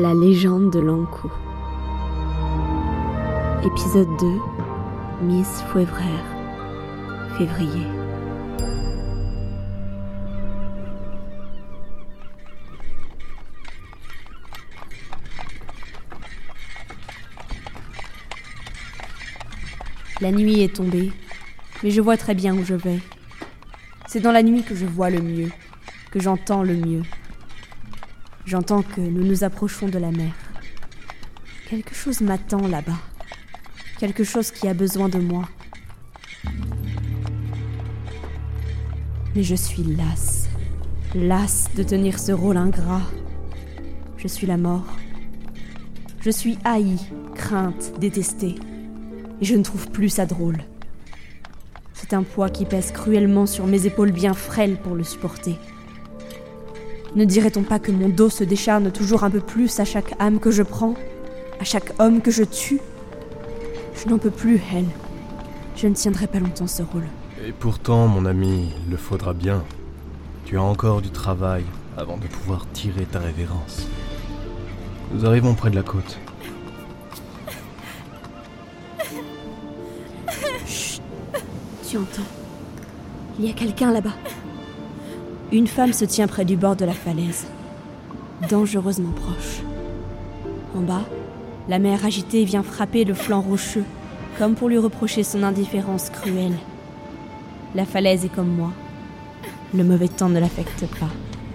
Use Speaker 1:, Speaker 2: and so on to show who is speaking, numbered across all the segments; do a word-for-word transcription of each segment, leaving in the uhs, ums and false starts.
Speaker 1: La légende de l'Ankou. Épisode deux. Miss Fouévrère. Février. La nuit est tombée, mais je vois très bien où je vais. C'est dans la nuit que je vois le mieux, que j'entends le mieux. J'entends que nous nous approchons de la mer. Quelque chose m'attend là-bas. Quelque chose qui a besoin de moi. Mais je suis lasse. Lasse de tenir ce rôle ingrat. Je suis la mort. Je suis haïe, crainte, détestée. Et je ne trouve plus ça drôle. C'est un poids qui pèse cruellement sur mes épaules bien frêles pour le supporter. Ne dirait-on pas que mon dos se décharne toujours un peu plus à chaque âme que je prends, à chaque homme que je tue ? Je n'en peux plus, elle. Je ne tiendrai pas longtemps ce rôle.
Speaker 2: Et pourtant, mon ami, il le faudra bien. Tu as encore du travail avant de pouvoir tirer ta révérence. Nous arrivons près de la côte.
Speaker 1: Chut. Tu entends ? Il y a quelqu'un là-bas. Une femme se tient près du bord de la falaise, dangereusement proche. En bas, la mer agitée vient frapper le flanc rocheux, comme pour lui reprocher son indifférence cruelle. La falaise est comme moi. Le mauvais temps ne l'affecte pas.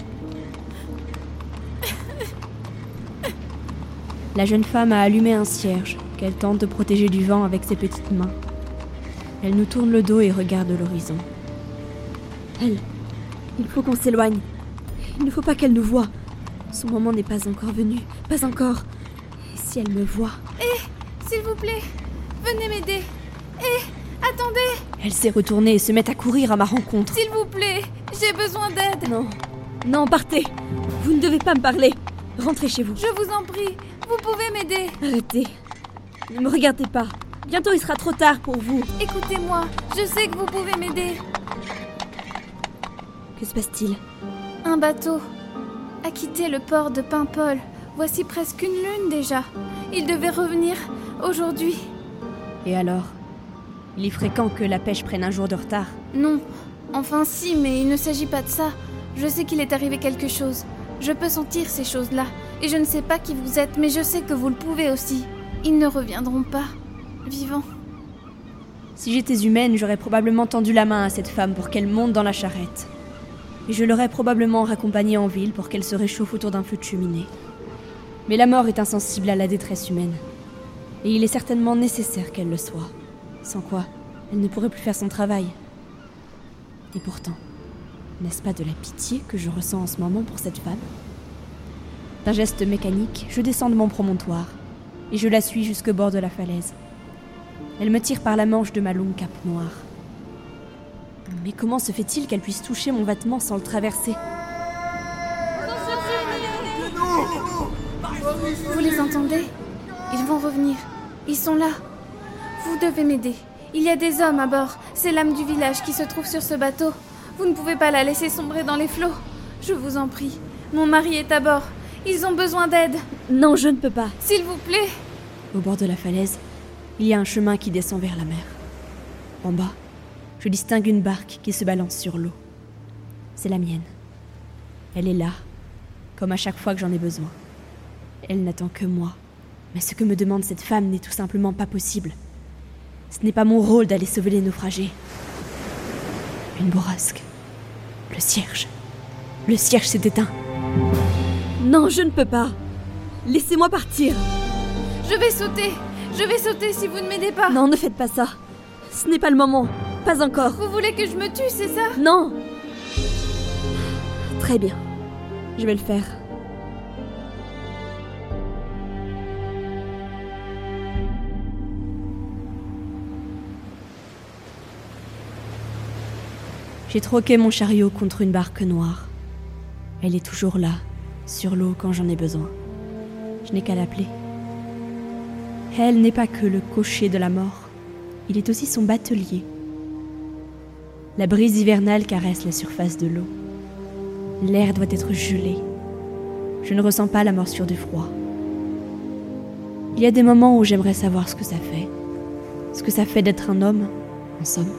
Speaker 1: La jeune femme a allumé un cierge qu'elle tente de protéger du vent avec ses petites mains. Elle nous tourne le dos et regarde l'horizon. Elle... Il faut qu'on s'éloigne. Il ne faut pas qu'elle nous voie. Son moment n'est pas encore venu. Pas encore. Et si elle me voit...
Speaker 3: Eh, s'il vous plaît, venez m'aider. Eh, attendez.
Speaker 1: Elle s'est retournée et se met à courir à ma rencontre.
Speaker 3: S'il vous plaît, j'ai besoin d'aide.
Speaker 1: Non, non, partez. Vous ne devez pas me parler. Rentrez chez vous.
Speaker 3: Je vous en prie, vous pouvez m'aider.
Speaker 1: Arrêtez. Ne me regardez pas. Bientôt il sera trop tard pour vous.
Speaker 3: Écoutez-moi, je sais que vous pouvez m'aider.
Speaker 1: Que se passe-t-il ?
Speaker 3: Un bateau a quitté le port de Paimpol. Voici presque une lune déjà. Il devait revenir aujourd'hui.
Speaker 1: Et alors ? Il est fréquent que la pêche prenne un jour de retard ?
Speaker 3: Non, enfin si, mais il ne s'agit pas de ça. Je sais qu'il est arrivé quelque chose. Je peux sentir ces choses-là. Et je ne sais pas qui vous êtes, mais je sais que vous le pouvez aussi. Ils ne reviendront pas, vivants.
Speaker 1: Si j'étais humaine, j'aurais probablement tendu la main à cette femme pour qu'elle monte dans la charrette. Et je l'aurais probablement raccompagnée en ville pour qu'elle se réchauffe autour d'un feu de cheminée. Mais la mort est insensible à la détresse humaine. Et il est certainement nécessaire qu'elle le soit. Sans quoi, elle ne pourrait plus faire son travail. Et pourtant, n'est-ce pas de la pitié que je ressens en ce moment pour cette femme ? D'un geste mécanique, je descends de mon promontoire, et je la suis jusqu'au bord de la falaise. Elle me tire par la manche de ma longue cape noire. Mais comment se fait-il qu'elle puisse toucher mon vêtement sans le traverser ?
Speaker 3: Vous les entendez ? Ils vont revenir. Ils sont là. Vous devez m'aider. Il y a des hommes à bord. C'est l'âme du village qui se trouve sur ce bateau. Vous ne pouvez pas la laisser sombrer dans les flots. Je vous en prie. Mon mari est à bord. Ils ont besoin d'aide.
Speaker 1: Non, je ne peux pas.
Speaker 3: S'il vous plaît.
Speaker 1: Au bord de la falaise, il y a un chemin qui descend vers la mer. En bas, je distingue une barque qui se balance sur l'eau. C'est la mienne. Elle est là, comme à chaque fois que j'en ai besoin. Elle n'attend que moi. Mais ce que me demande cette femme n'est tout simplement pas possible. Ce n'est pas mon rôle d'aller sauver les naufragés. Une bourrasque. Le cierge. Le cierge s'est éteint. Non, je ne peux pas. Laissez-moi partir.
Speaker 3: Je vais sauter. Je vais sauter si vous ne m'aidez pas.
Speaker 1: Non, ne faites pas ça. Ce n'est pas le moment. Pas encore.
Speaker 3: Vous voulez que je me tue, c'est ça ?
Speaker 1: Non. Très bien. Je vais le faire. J'ai troqué mon chariot contre une barque noire. Elle est toujours là, sur l'eau quand j'en ai besoin. Je n'ai qu'à l'appeler. Elle n'est pas que le cocher de la mort. Il est aussi son batelier. La brise hivernale caresse la surface de l'eau. L'air doit être gelé. Je ne ressens pas la morsure du froid. Il y a des moments où j'aimerais savoir ce que ça fait. Ce que ça fait d'être un homme, en somme.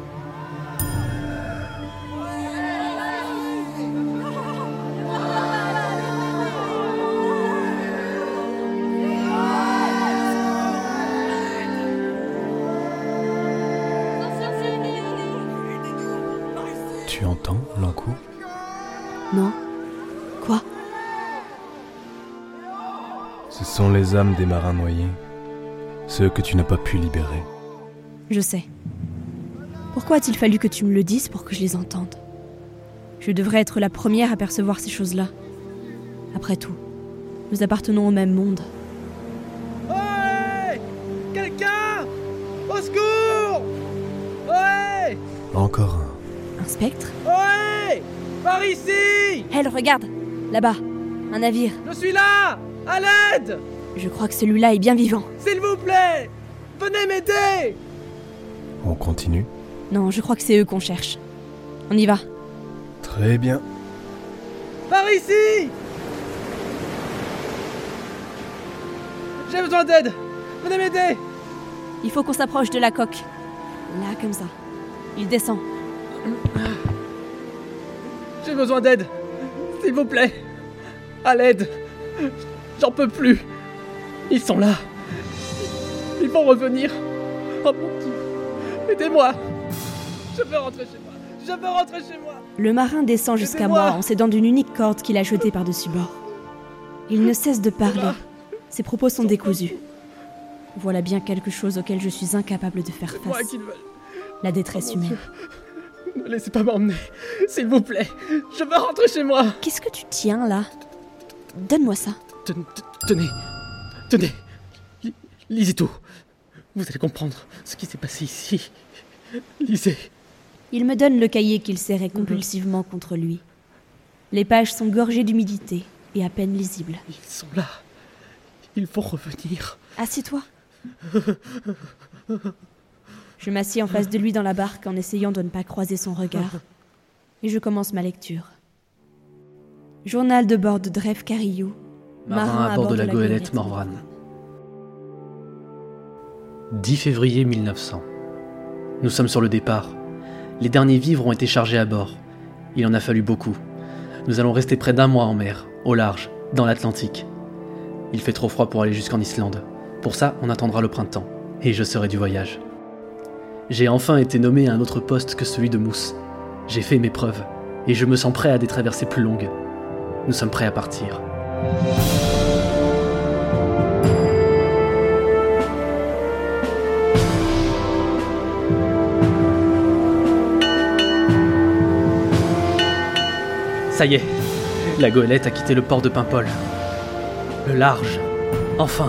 Speaker 2: Tu entends, Lankou ?
Speaker 1: Non ? Quoi ?
Speaker 2: Ce sont les âmes des marins noyés, ceux que tu n'as pas pu libérer.
Speaker 1: Je sais. Pourquoi a-t-il fallu que tu me le dises pour que je les entende ? Je devrais être la première à percevoir ces choses-là. Après tout, nous appartenons au même monde.
Speaker 4: Ouais ! Quelqu'un ! Au secours ! Ouais !
Speaker 2: Encore un.
Speaker 1: Un spectre ?
Speaker 4: Ouais ! Par ici !
Speaker 1: Elle, regarde ! Là-bas, un navire.
Speaker 4: Je suis là ! À l'aide !
Speaker 1: Je crois que celui-là est bien vivant.
Speaker 4: S'il vous plaît ! Venez m'aider !
Speaker 2: On continue ?
Speaker 1: Non, je crois que c'est eux qu'on cherche. On y va.
Speaker 2: Très bien.
Speaker 4: Par ici ! J'ai besoin d'aide ! Venez m'aider !
Speaker 1: Il faut qu'on s'approche de la coque. Là, comme ça. Il descend.
Speaker 4: J'ai besoin d'aide ! S'il vous plaît ! À l'aide ! J'en peux plus ! Ils sont là ! Ils vont revenir ! Oh mon Dieu ! Aidez-moi ! Je veux rentrer chez moi ! Je veux rentrer chez moi !
Speaker 1: Le marin descend jusqu'à
Speaker 4: Aidez-moi.
Speaker 1: moi en s'aidant d'une unique corde qu'il a jetée par-dessus bord. Il ne cesse de parler. Ses propos sont décousus. Voilà bien quelque chose auquel je suis incapable de faire
Speaker 4: C'est moi
Speaker 1: face.
Speaker 4: qu'ils veulent.
Speaker 1: La détresse
Speaker 4: Oh mon
Speaker 1: humaine.
Speaker 4: Dieu. Ne laissez pas m'emmener, s'il vous plaît. Je veux rentrer chez moi.
Speaker 1: Qu'est-ce que tu tiens là ? Donne-moi ça.
Speaker 4: Ten- Tenez, tenez. Li- Lisez tout. Vous allez comprendre ce qui s'est passé ici. Lisez.
Speaker 1: Il me donne le cahier qu'il serrait compulsivement contre lui. Les pages sont gorgées d'humidité et à peine lisibles.
Speaker 4: Ils sont là. Ils vont revenir.
Speaker 1: Assieds-toi. Je m'assieds en face de lui dans la barque en essayant de ne pas croiser son regard. Et je commence ma lecture. Journal de bord de Dref Carillou.
Speaker 5: Marin à bord de la goélette Morvran. dix février mille neuf cents. Nous sommes sur le départ. Les derniers vivres ont été chargés à bord. Il en a fallu beaucoup. Nous allons rester près d'un mois en mer, au large, dans l'Atlantique. Il fait trop froid pour aller jusqu'en Islande. Pour ça, on attendra le printemps, et je serai du voyage. J'ai enfin été nommé à un autre poste que celui de Mousse. J'ai fait mes preuves, et je me sens prêt à des traversées plus longues. Nous sommes prêts à partir. Ça y est, la goélette a quitté le port de Paimpol. Le large, enfin.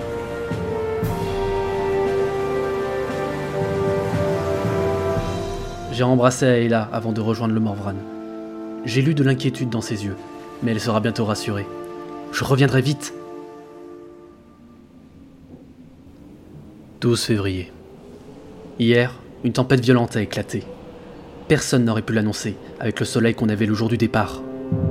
Speaker 5: J'ai embrassé Ayla avant de rejoindre le Morvran. J'ai lu de l'inquiétude dans ses yeux, mais elle sera bientôt rassurée. Je reviendrai vite. douze février. Hier, une tempête violente a éclaté. Personne n'aurait pu l'annoncer, avec le soleil qu'on avait le jour du départ.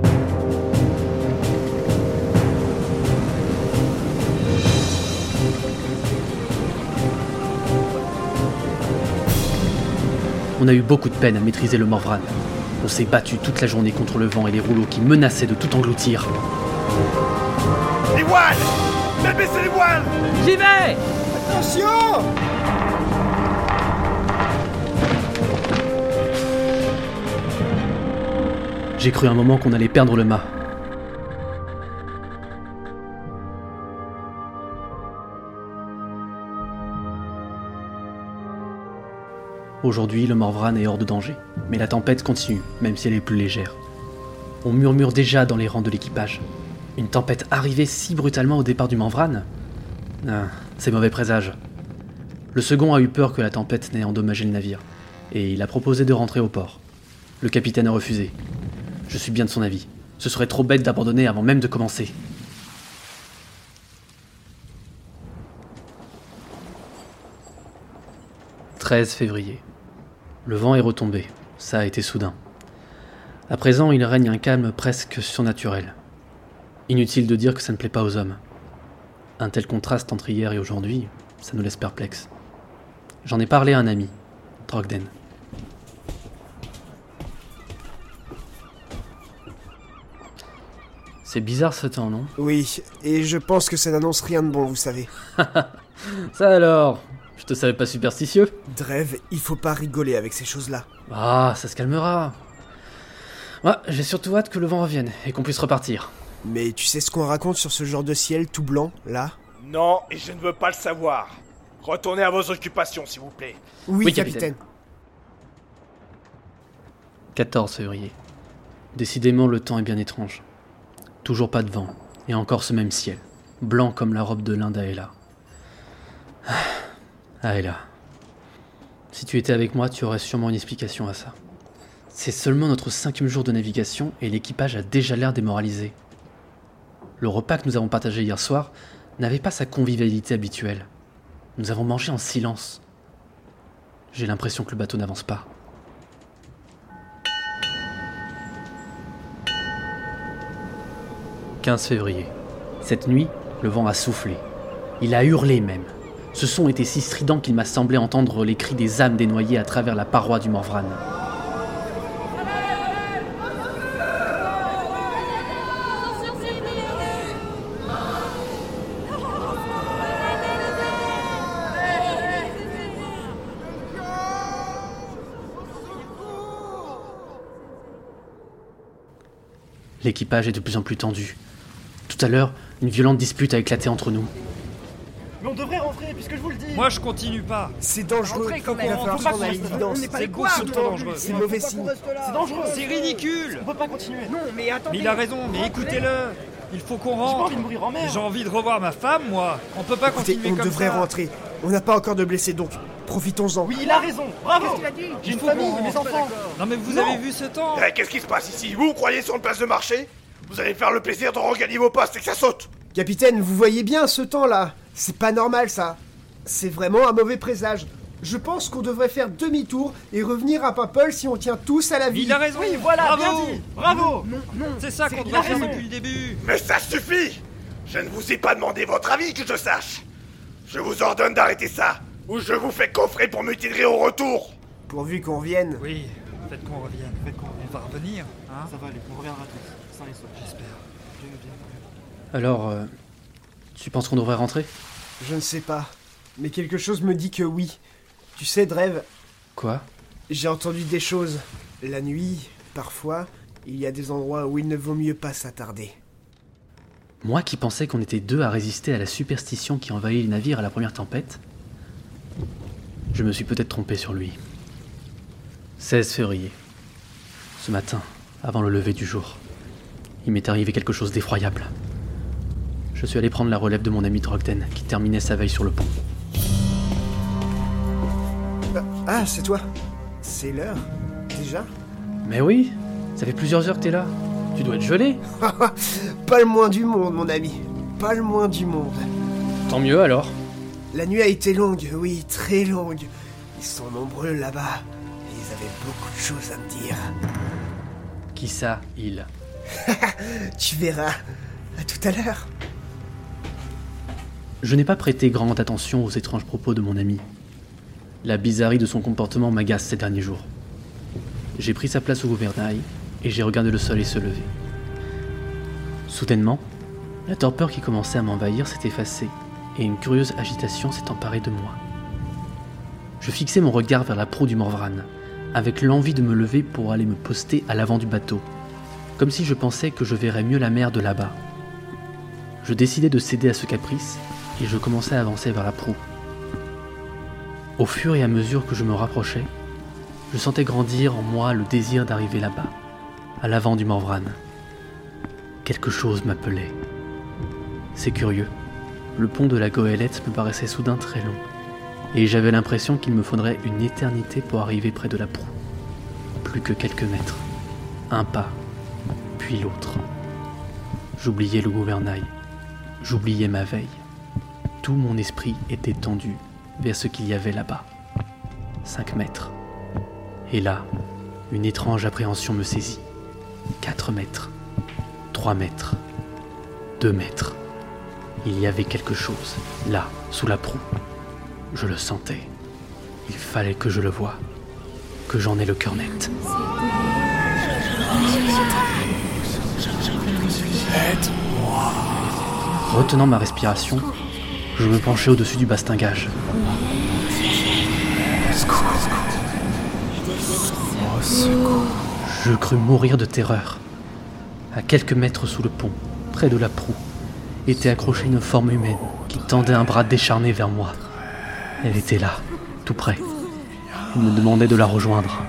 Speaker 5: On a eu beaucoup de peine à maîtriser le Morvran. On s'est battu toute la journée contre le vent et les rouleaux qui menaçaient de tout engloutir.
Speaker 6: Les voiles! Faites baisser les voiles!
Speaker 4: J'y vais!
Speaker 6: Attention!
Speaker 5: J'ai cru un moment qu'on allait perdre le mât. Aujourd'hui, le Morvran est hors de danger, mais la tempête continue, même si elle est plus légère. On murmure déjà dans les rangs de l'équipage. Une tempête arrivée si brutalement au départ du Morvran ? Ah, c'est mauvais présage. Le second a eu peur que la tempête n'ait endommagé le navire, et il a proposé de rentrer au port. Le capitaine a refusé. Je suis bien de son avis. Ce serait trop bête d'abandonner avant même de commencer. treize février. Le vent est retombé. Ça a été soudain. À présent, il règne un calme presque surnaturel. Inutile de dire que ça ne plaît pas aux hommes. Un tel contraste entre hier et aujourd'hui, ça nous laisse perplexes. J'en ai parlé à un ami, Trogden. C'est bizarre ce temps, non?
Speaker 7: Oui, et je pense que ça n'annonce rien de bon, vous savez.
Speaker 5: Ça alors, je te savais pas superstitieux?
Speaker 7: Drève, il faut pas rigoler avec ces choses-là.
Speaker 5: Ah, ça se calmera. Ouais, j'ai surtout hâte que le vent revienne et qu'on puisse repartir.
Speaker 7: Mais tu sais ce qu'on raconte sur ce genre de ciel tout blanc, là?
Speaker 6: Non, et je ne veux pas le savoir. Retournez à vos occupations, s'il vous plaît.
Speaker 7: Oui,
Speaker 5: Oui,
Speaker 7: capitaine.
Speaker 5: capitaine. quatorze février. Décidément, le temps est bien étrange. Toujours pas de vent, et encore ce même ciel, blanc comme la robe de l'Inde d'Aela. Aela. Si tu étais avec moi, tu aurais sûrement une explication à ça. C'est seulement notre cinquième jour de navigation et l'équipage a déjà l'air démoralisé. Le repas que nous avons partagé hier soir n'avait pas sa convivialité habituelle. Nous avons mangé en silence. J'ai l'impression que le bateau n'avance pas. quinze février. Cette nuit, le vent a soufflé. Il a hurlé même. Ce son était si strident qu'il m'a semblé entendre les cris des âmes des noyés à travers la paroi du Morvran. L'équipage est de plus en plus tendu. Tout à l'heure, une violente dispute a éclaté entre nous.
Speaker 8: Mais on devrait rentrer, puisque je vous le dis.
Speaker 9: Moi je continue pas.
Speaker 7: C'est dangereux,
Speaker 8: Rentrez quand
Speaker 7: il va
Speaker 8: même,
Speaker 7: falloir
Speaker 8: faut pas
Speaker 7: prendre à
Speaker 8: qu'on reste là.
Speaker 7: l'évidence.
Speaker 8: On n'est pas
Speaker 9: C'est
Speaker 8: les quoi,
Speaker 9: beaucoup trop dangereux.
Speaker 7: C'est mauvais signe.
Speaker 8: C'est dangereux.
Speaker 9: C'est ridicule.
Speaker 8: On peut pas continuer. Non, mais attendez.
Speaker 9: Mais il a raison, mais écoutez-le. Il faut qu'on
Speaker 8: J'ai pas
Speaker 9: rentre.
Speaker 8: envie de mourir en mer.
Speaker 9: J'ai envie de revoir ma femme, moi. On peut pas
Speaker 7: Écoutez,
Speaker 9: continuer
Speaker 7: on
Speaker 9: comme
Speaker 7: devrait
Speaker 9: ça.
Speaker 7: rentrer. On n'a pas encore de blessés, donc profitons-en.
Speaker 8: Oui, il a raison. Bravo. J'ai une
Speaker 9: faut
Speaker 8: famille,
Speaker 9: qu'on
Speaker 8: mes
Speaker 9: rentre.
Speaker 8: enfants.
Speaker 9: Non mais vous
Speaker 8: Non.
Speaker 9: avez vu ce temps.
Speaker 6: Eh, qu'est-ce qui se passe ici? Vous croyez sur une place de marché? Vous allez faire le plaisir de regagner vos postes et que ça saute.
Speaker 7: Capitaine, vous voyez bien ce temps-là? C'est pas normal, ça. C'est vraiment un mauvais présage. Je pense qu'on devrait faire demi-tour et revenir à Paimpol si on tient tous à la
Speaker 9: Mais
Speaker 7: vie.
Speaker 9: il a raison.
Speaker 8: Oui, voilà,
Speaker 9: Bravo.
Speaker 8: bien dit. Bravo. Non, non.
Speaker 9: C'est ça
Speaker 8: C'est-
Speaker 9: qu'on
Speaker 8: il a
Speaker 9: devrait faire
Speaker 8: raison.
Speaker 9: depuis le début.
Speaker 6: Mais ça suffit! Je ne vous ai pas demandé votre avis que je sache. Je vous ordonne d'arrêter ça, ou je vous fais coffrer pour mutinerie au retour.
Speaker 7: Pourvu qu'on vienne.
Speaker 9: Oui, faites qu'on revienne.
Speaker 8: Faites qu'on revienne.
Speaker 9: On va revenir, hein.
Speaker 8: Ça va aller, on reviendra tous. Sans les sauts.
Speaker 9: J'espère.
Speaker 5: Alors, euh, tu penses qu'on devrait rentrer?
Speaker 7: Je ne sais pas. Mais quelque chose me dit que oui. Tu sais, Drève,
Speaker 5: Quoi?
Speaker 7: j'ai entendu des choses. La nuit, parfois, il y a des endroits où il ne vaut mieux pas s'attarder.
Speaker 5: Moi qui pensais qu'on était deux à résister à la superstition qui envahit les navires à la première tempête, je me suis peut-être trompé sur lui. seize février. Ce matin, avant le lever du jour, il m'est arrivé quelque chose d'effroyable. Je suis allé prendre la relève de mon ami Trogden, qui terminait sa veille sur le pont.
Speaker 7: Ah, c'est toi. C'est l'heure. Déjà?
Speaker 5: Mais oui, ça fait plusieurs heures que t'es là. Tu dois être gelé.
Speaker 7: Pas le moins du monde, mon ami. Pas le moins du monde.
Speaker 5: Tant mieux alors.
Speaker 7: La nuit a été longue, oui, très longue. Ils sont nombreux là-bas. Et ils avaient beaucoup de choses à me dire.
Speaker 5: Qui ça, il?
Speaker 7: Tu verras. À tout à l'heure.
Speaker 5: Je n'ai pas prêté grande attention aux étranges propos de mon ami. La bizarrerie de son comportement m'agace ces derniers jours. J'ai pris sa place au gouvernail et j'ai regardé le soleil se lever. Soudainement, la torpeur qui commençait à m'envahir s'est effacée et une curieuse agitation s'est emparée de moi. Je fixai mon regard vers la proue du Morvran, avec l'envie de me lever pour aller me poster à l'avant du bateau, comme si je pensais que je verrais mieux la mer de là-bas. Je décidai de céder à ce caprice et je commençai à avancer vers la proue. Au fur et à mesure que je me rapprochais, je sentais grandir en moi le désir d'arriver là-bas, à l'avant du Morvran. Quelque chose m'appelait. C'est curieux, le pont de la goélette me paraissait soudain très long, et j'avais l'impression qu'il me faudrait une éternité pour arriver près de la proue. Plus que quelques mètres, un pas, puis l'autre. J'oubliais le gouvernail, j'oubliais ma veille. Tout mon esprit était tendu vers ce qu'il y avait là-bas. Cinq mètres. Et là, une étrange appréhension me saisit. Quatre mètres. Trois mètres. Deux mètres. Il y avait quelque chose, là, sous la proue. Je le sentais. Il fallait que je le voie, que j'en ai le cœur net.
Speaker 2: Aide-moi.
Speaker 5: Retenant ma respiration, je me penchai au-dessus du bastingage.
Speaker 2: Au secours.
Speaker 5: Je crus mourir de terreur. À quelques mètres sous le pont, près de la proue, était accrochée une forme humaine qui tendait un bras décharné vers moi. Elle était là, tout près. Elle me demandait de la rejoindre.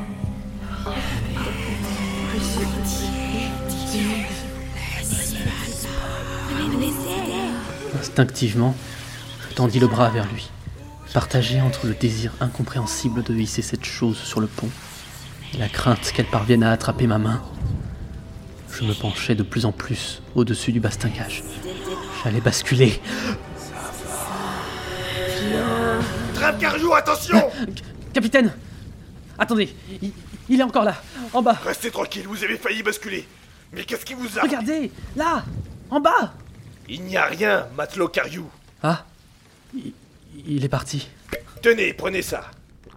Speaker 5: Instinctivement, je tendis le bras vers lui, partagé entre le désir incompréhensible de hisser cette chose sur le pont et la crainte qu'elle parvienne à attraper ma main. Je me penchais de plus en plus au-dessus du bastingage. J'allais basculer.
Speaker 6: Trêve Cariou, attention!
Speaker 5: Capitaine! Attendez, il, il est encore là, en bas.
Speaker 6: Restez tranquille, vous avez failli basculer. Mais qu'est-ce qui vous a...
Speaker 5: Regardez, là, en bas.
Speaker 6: Il n'y a rien, matelot Cariou.
Speaker 5: Ah, il, il est parti.
Speaker 6: Tenez, prenez ça.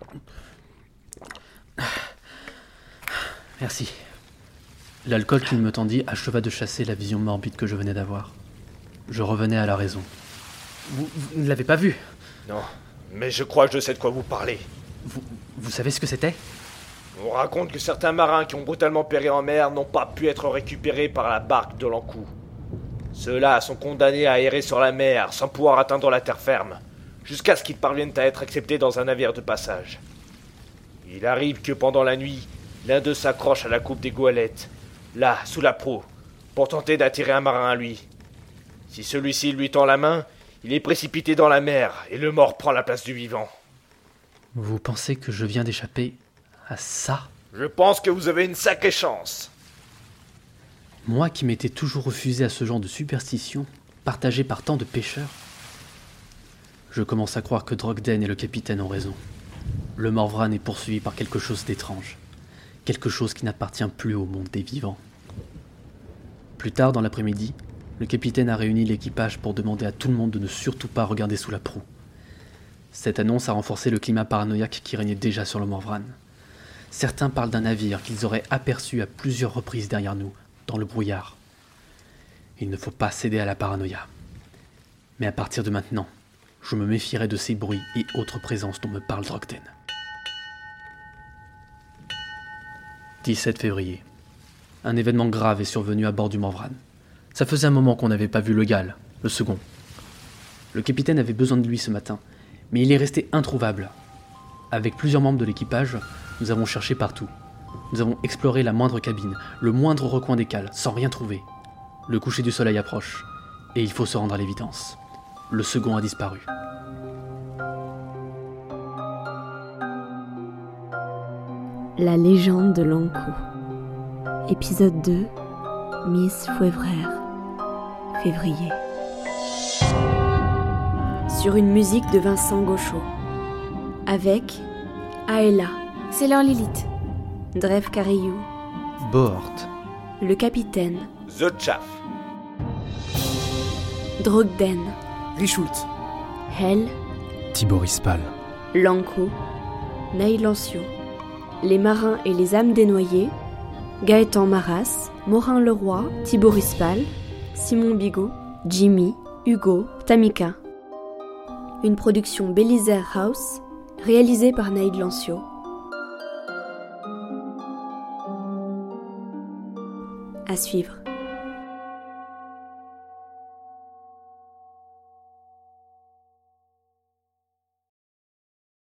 Speaker 5: Merci. L'alcool qu'il me tendit acheva de chasser la vision morbide que je venais d'avoir. Je revenais à la raison. Vous, vous ne l'avez pas vu?
Speaker 6: Non, mais je crois que je sais de quoi vous parlez.
Speaker 5: Vous, vous savez ce que c'était?
Speaker 6: On raconte que certains marins qui ont brutalement péri en mer n'ont pas pu être récupérés par la barque de l'Ankou. Ceux-là sont condamnés à errer sur la mer sans pouvoir atteindre la terre ferme, jusqu'à ce qu'ils parviennent à être acceptés dans un navire de passage. Il arrive que pendant la nuit, l'un d'eux s'accroche à la coupe des goélettes, là, sous la proue, pour tenter d'attirer un marin à lui. Si celui-ci lui tend la main, il est précipité dans la mer et le mort prend la place du vivant.
Speaker 5: Vous pensez que je viens d'échapper à ça?
Speaker 6: Je pense que vous avez une sacrée chance.
Speaker 5: Moi qui m'étais toujours refusé à ce genre de superstition, partagée par tant de pêcheurs. Je commence à croire que Drogden et le capitaine ont raison. Le Morvran est poursuivi par quelque chose d'étrange. Quelque chose qui n'appartient plus au monde des vivants. Plus tard dans l'après-midi, le capitaine a réuni l'équipage pour demander à tout le monde de ne surtout pas regarder sous la proue. Cette annonce a renforcé le climat paranoïaque qui régnait déjà sur le Morvran. Certains parlent d'un navire qu'ils auraient aperçu à plusieurs reprises derrière nous, dans le brouillard. Il ne faut pas céder à la paranoïa. Mais à partir de maintenant, je me méfierai de ces bruits et autres présences dont me parle Drogden. dix-sept février. Un événement grave est survenu à bord du Morvran. Ça faisait un moment qu'on n'avait pas vu le Gal, le second. Le capitaine avait besoin de lui ce matin, mais il est resté introuvable. Avec plusieurs membres de l'équipage, nous avons cherché partout. Nous avons exploré la moindre cabine, le moindre recoin des cales, sans rien trouver. Le coucher du soleil approche, et il faut se rendre à l'évidence. Le second a disparu.
Speaker 1: La légende de l'Ankou. Épisode deux. Miss Fouévrère. Février. Sur une musique de Vincent Gauchot. Avec Aela,
Speaker 3: Sailor Lilith,
Speaker 1: Dreve Cariou,
Speaker 5: Bohort,
Speaker 1: le capitaine,
Speaker 6: The Chaff,
Speaker 1: Drogden,
Speaker 7: Richult,
Speaker 1: Hel,
Speaker 2: Tiborispal,
Speaker 1: L'Ankou, Naïlancio, les marins et les âmes des noyés, Gaëtan Maras, Morin Leroy, Tiborispal, Simon Bigot, Jimmy, Hugo, Tamika. Une production Bélisaire House, réalisée par Naïd Lancio. À suivre.